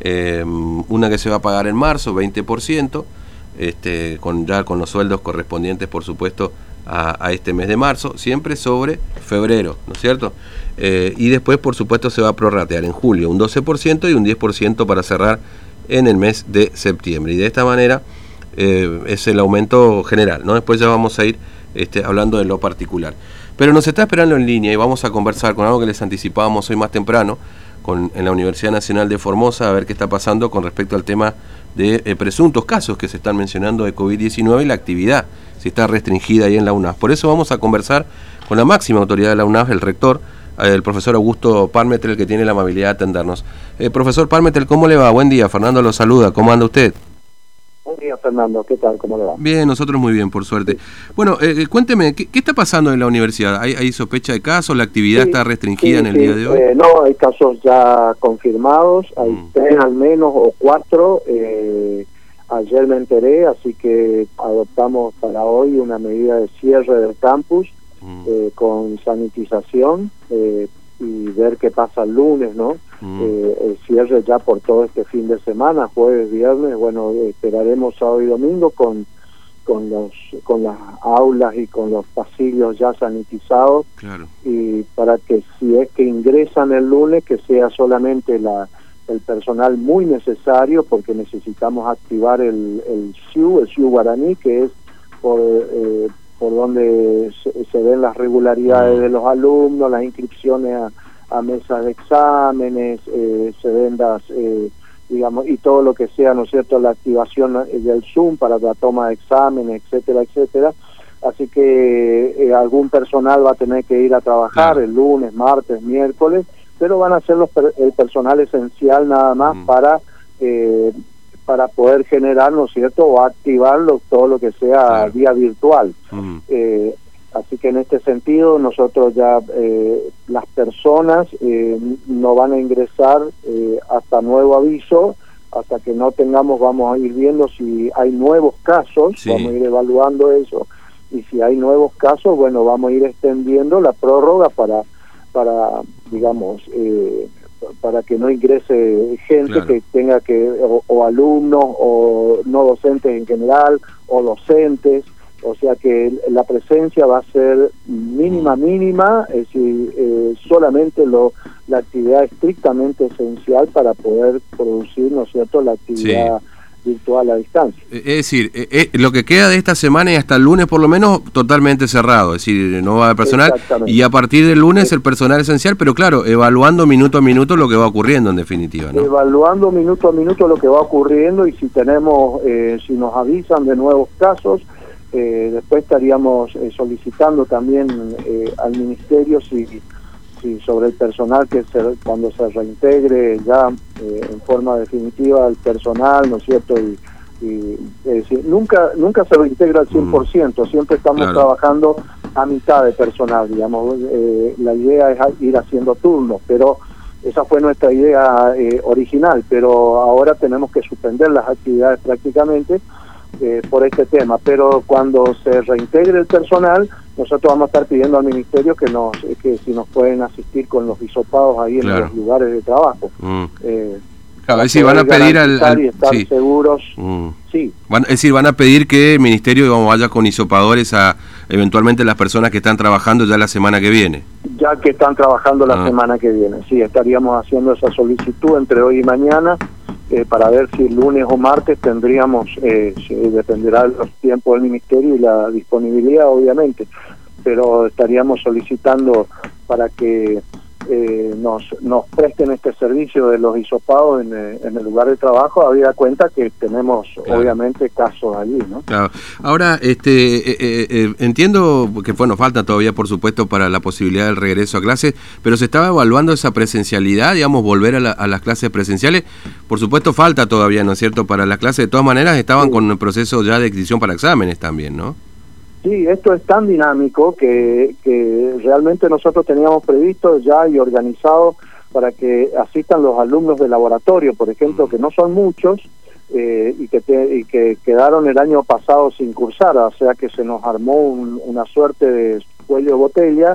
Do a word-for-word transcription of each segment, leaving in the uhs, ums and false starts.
eh, una que se va a pagar en marzo, veinte por ciento, este, con, ya con los sueldos correspondientes, por supuesto, a, a este mes de marzo, siempre sobre febrero, ¿no es cierto? Eh, y después, por supuesto, se va a prorratear en julio un doce por ciento y un diez por ciento para cerrar en el mes de septiembre. Y de esta manera eh, es el aumento general, ¿no? Después ya vamos a ir este, hablando de lo particular. Pero nos está esperando en línea y vamos a conversar con algo que les anticipábamos hoy más temprano con, en la Universidad Nacional de Formosa, a ver qué está pasando con respecto al tema de eh, presuntos casos que se están mencionando de COVID diecinueve y la actividad, si está restringida ahí en la UNAF. Por eso vamos a conversar con la máxima autoridad de la UNAF, el rector, el profesor Augusto Parmetel, que tiene la amabilidad de atendernos. Eh, profesor Parmetel, ¿cómo le va? Buen día, Fernando lo saluda, ¿cómo anda usted? Buen día, Fernando, ¿qué tal? ¿Cómo le va? Bien, nosotros muy bien, por suerte. Bueno, eh, cuénteme, ¿qué, ¿qué está pasando en la universidad? ¿Hay, hay sospecha de casos? ¿La actividad sí, está restringida sí, en el sí. día de hoy? Eh, no, hay casos ya confirmados, hay mm. tres al menos o cuatro. Eh, ayer me enteré, así que adoptamos para hoy una medida de cierre del campus mm. eh, con sanitización eh, y ver qué pasa el lunes, ¿no? Mm. Eh, el cierre ya por todo este fin de semana, jueves, viernes, bueno, esperaremos sábado y domingo con con los con las aulas y con los pasillos ya sanitizados, claro. Y para que si es que ingresan el lunes, que sea solamente la el personal muy necesario, porque necesitamos activar el, el S I U, el S I U Guaraní, que es por eh, por donde se, se ven las regularidades mm. de los alumnos, las inscripciones a a mesas de exámenes, eh, se ven las, eh, digamos, y todo lo que sea, ¿no es cierto?, la activación del Zoom para la toma de exámenes, etcétera, etcétera. Así que eh, algún personal va a tener que ir a trabajar el lunes, martes, miércoles, pero van a ser los per el personal esencial nada más mm. para eh, para poder generar, ¿no es cierto?, o activarlo, todo lo que sea claro. vía virtual. Mm. Eh, Así que en este sentido nosotros ya, eh, las personas eh, no van a ingresar eh, hasta nuevo aviso, hasta que no tengamos, vamos a ir viendo si hay nuevos casos, sí. vamos a ir evaluando eso, y si hay nuevos casos, bueno, vamos a ir extendiendo la prórroga para, para digamos, eh, para que no ingrese gente claro. que tenga que, o, o alumnos, o no docentes en general, o docentes. O sea que la presencia va a ser mínima, mínima, es decir, eh, solamente lo, la actividad estrictamente esencial para poder producir, ¿no es cierto?, la actividad sí. virtual a distancia. Es decir, eh, eh, lo que queda de esta semana y hasta el lunes por lo menos totalmente cerrado, es decir, no va a haber personal y a partir del lunes sí. el personal esencial, pero claro, evaluando minuto a minuto lo que va ocurriendo en definitiva, ¿no? Evaluando minuto a minuto lo que va ocurriendo, y si tenemos, eh, si nos avisan de nuevos casos, Eh, después estaríamos eh, solicitando también eh, al ministerio si, si sobre el personal que se, cuando se reintegre ya eh, en forma definitiva el personal, ¿no es cierto? Y, y es decir, nunca nunca se reintegra al cien por ciento, siempre estamos claro. trabajando a mitad de personal, digamos. Eh, la idea es ir haciendo turnos, pero esa fue nuestra idea eh, original, pero ahora tenemos que suspender las actividades prácticamente Eh, por este tema, pero cuando se reintegre el personal, nosotros vamos a estar pidiendo al ministerio que nos que si nos pueden asistir con los hisopados ahí claro. en los lugares de trabajo. Mm. Eh, claro, es decir, van a pedir al, al y estar sí. seguros. Mm. Sí. Van, es decir, van a pedir que el ministerio digamos, vaya con hisopadores a eventualmente las personas que están trabajando ya la semana que viene. Ya que están trabajando la ah. semana que viene, sí, estaríamos haciendo esa solicitud entre hoy y mañana. Eh, para ver si lunes o martes tendríamos, eh, dependerá de los tiempos del ministerio y la disponibilidad, obviamente, pero estaríamos solicitando para que eh, nos nos presten este servicio de los hisopados en, en el lugar de trabajo, habida cuenta que tenemos claro. obviamente casos allí, ¿no? Claro. Ahora, este eh, eh, eh, entiendo que bueno, falta todavía por supuesto para la posibilidad del regreso a clases, pero se estaba evaluando esa presencialidad, digamos, volver a, la, a las clases presenciales. Por supuesto falta todavía, ¿no es cierto?, para las clases. De todas maneras estaban sí. con el proceso ya de adquisición para exámenes también, ¿no? Sí, esto es tan dinámico que, que realmente nosotros teníamos previsto ya y organizado para que asistan los alumnos de laboratorio, por ejemplo, mm. que no son muchos eh, y, que te, y que quedaron el año pasado sin cursar, o sea que se nos armó un, una suerte de cuello de botella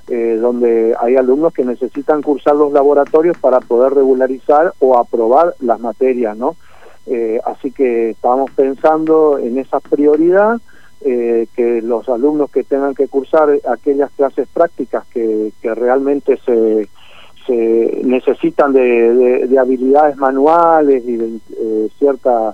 eh, donde hay alumnos que necesitan cursar los laboratorios para poder regularizar o aprobar las materias, ¿no? Eh, así que estamos pensando en esa prioridad, eh, que los alumnos que tengan que cursar aquellas clases prácticas que, que realmente se, se necesitan de, de, de habilidades manuales y de eh, cierta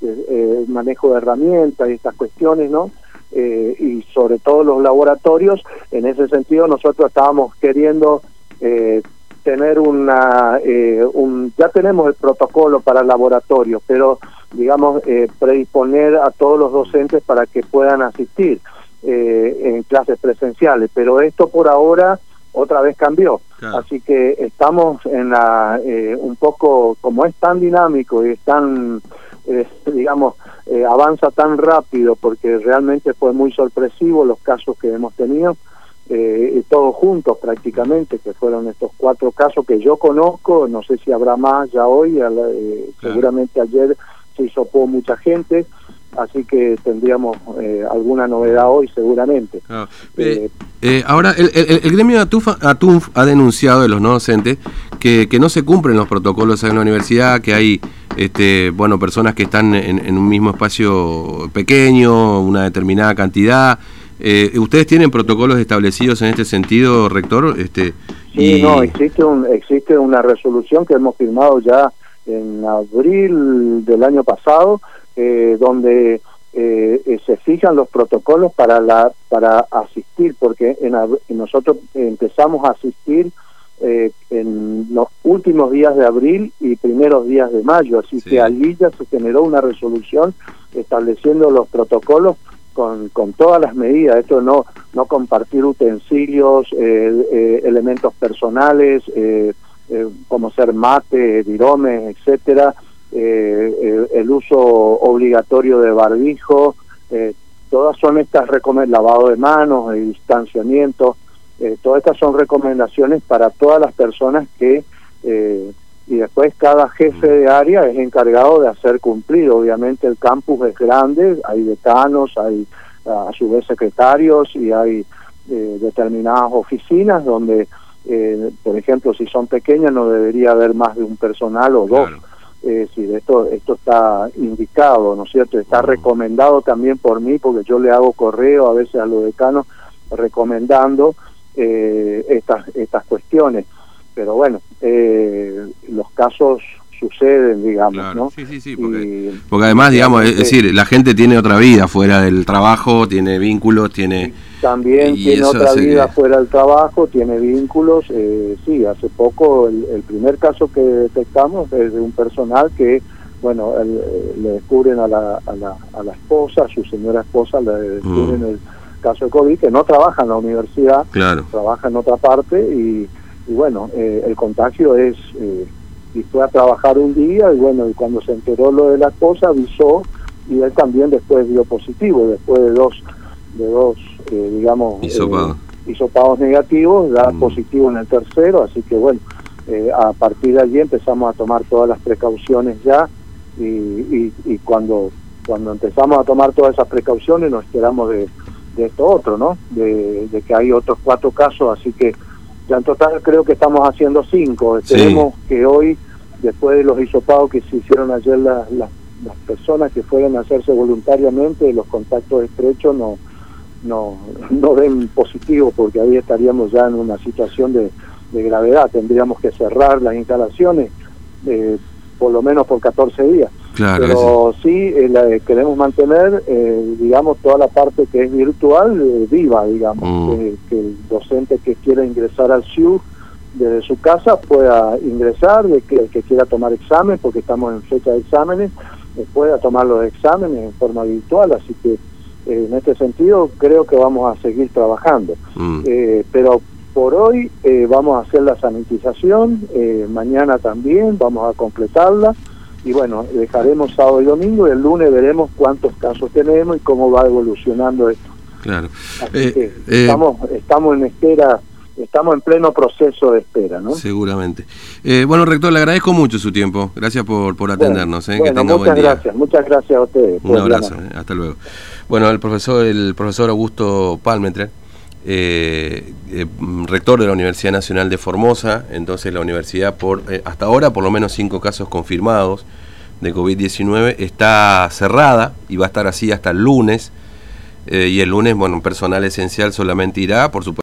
eh, manejo de herramientas y estas cuestiones, ¿no? Eh, y sobre todo los laboratorios. En ese sentido nosotros estábamos queriendo eh, tener una eh, un ya tenemos el protocolo para el laboratorio, pero digamos eh, predisponer a todos los docentes para que puedan asistir eh, en clases presenciales, pero esto por ahora otra vez cambió. Claro. Así que estamos en la eh, un poco, como es tan dinámico y es tan eh, digamos eh, avanza tan rápido, porque realmente fue muy sorpresivo los casos que hemos tenido, eh, todos juntos prácticamente, que fueron estos cuatro casos que yo conozco, no sé si habrá más ya hoy, eh, claro. Seguramente ayer se hisopó mucha gente, así que tendríamos eh, alguna novedad hoy seguramente. Claro. Eh, eh, ahora, el, el, el gremio Atunf, Atunf ha denunciado de los no docentes que, que no se cumplen los protocolos en la universidad, que hay este, bueno, personas que están en, en un mismo espacio pequeño, una determinada cantidad. Eh, ¿Ustedes tienen protocolos establecidos en este sentido, rector? Este, sí, y... no, existe, un, existe una resolución que hemos firmado ya en abril del año pasado, eh, donde eh, eh, se fijan los protocolos para la para asistir, porque en, en nosotros empezamos a asistir eh, en los últimos días de abril y primeros días de mayo, así sí. que allí ya se generó una resolución estableciendo los protocolos con, con todas las medidas. Esto no no compartir utensilios, eh, eh, elementos personales, eh, eh, como ser mate, viromes, etcétera, eh, eh, el uso obligatorio de barbijo, eh, todas son estas recomendaciones, lavado de manos, el distanciamiento, eh, todas estas son recomendaciones para todas las personas que eh, y después cada jefe de área es encargado de hacer cumplir. Obviamente el campus es grande, hay decanos, hay a su vez secretarios y hay eh, determinadas oficinas donde, eh, por ejemplo, si son pequeñas no debería haber más de un personal o dos. Claro. Eh, sí, esto esto está indicado, ¿no es cierto? Está uh-huh. recomendado también por mí, porque yo le hago correo a veces a los decanos recomendando eh, estas estas cuestiones. Pero bueno, eh, los casos suceden, digamos, claro. ¿no? Sí, sí, sí, porque, y, porque además, digamos, es decir, la gente tiene otra vida fuera del trabajo, tiene vínculos, tiene... También tiene otra vida que... fuera del trabajo, tiene vínculos. Eh, sí, hace poco el, el primer caso que detectamos es de un personal que, bueno, el, le descubren a la, a la a la esposa, a su señora esposa, le descubren mm. el caso de COVID, que no trabaja en la universidad, claro. trabaja en otra parte y, y bueno, eh, el contagio es... Eh, y fue a trabajar un día y bueno, y cuando se enteró lo de la esposa avisó y él también después dio positivo, después de dos, de dos eh, digamos, Hisopado. eh, hisopados negativos, da mm. positivo en el tercero, así que bueno, eh, a partir de allí empezamos a tomar todas las precauciones ya y, y, y cuando cuando empezamos a tomar todas esas precauciones nos enteramos de, de esto otro, ¿no? De, de que hay otros cuatro casos, así que ya en total creo que estamos haciendo cinco. Esperemos sí. que hoy, después de los hisopados que se hicieron ayer la, la, las personas que fueron a hacerse voluntariamente, los contactos estrechos no no no den positivo, porque ahí estaríamos ya en una situación de, de gravedad. Tendríamos que cerrar las instalaciones eh, por lo menos por catorce días. Claro, pero sí, eh, la, queremos mantener, eh, digamos, toda la parte que es virtual eh, viva, digamos, mm. que, que el docente que quiera ingresar al S I U desde su casa pueda ingresar, de que el que quiera tomar examen, porque estamos en fecha de exámenes, eh, pueda tomar los exámenes en forma virtual, así que eh, en este sentido creo que vamos a seguir trabajando. Mm. Eh, pero por hoy eh, vamos a hacer la sanitización, eh, mañana también vamos a completarla, y bueno, dejaremos sábado y domingo y el lunes veremos cuántos casos tenemos y cómo va evolucionando esto. Claro. Así eh, que eh, estamos, estamos en espera, estamos en pleno proceso de espera, ¿no? Seguramente. Eh, bueno, rector, le agradezco mucho su tiempo. Gracias por, por atendernos. Bueno, eh, que bueno, tenga buen día. Muchas gracias, muchas gracias a ustedes. Un abrazo, eh, hasta luego. Bueno, el profesor, el profesor Augusto Palmetre, eh, eh, rector de la Universidad Nacional de Formosa. Entonces la universidad, por eh, hasta ahora, por lo menos cinco casos confirmados de COVID diecinueve, está cerrada y va a estar así hasta el lunes. Eh, y el lunes, bueno, personal esencial solamente irá, por supuesto.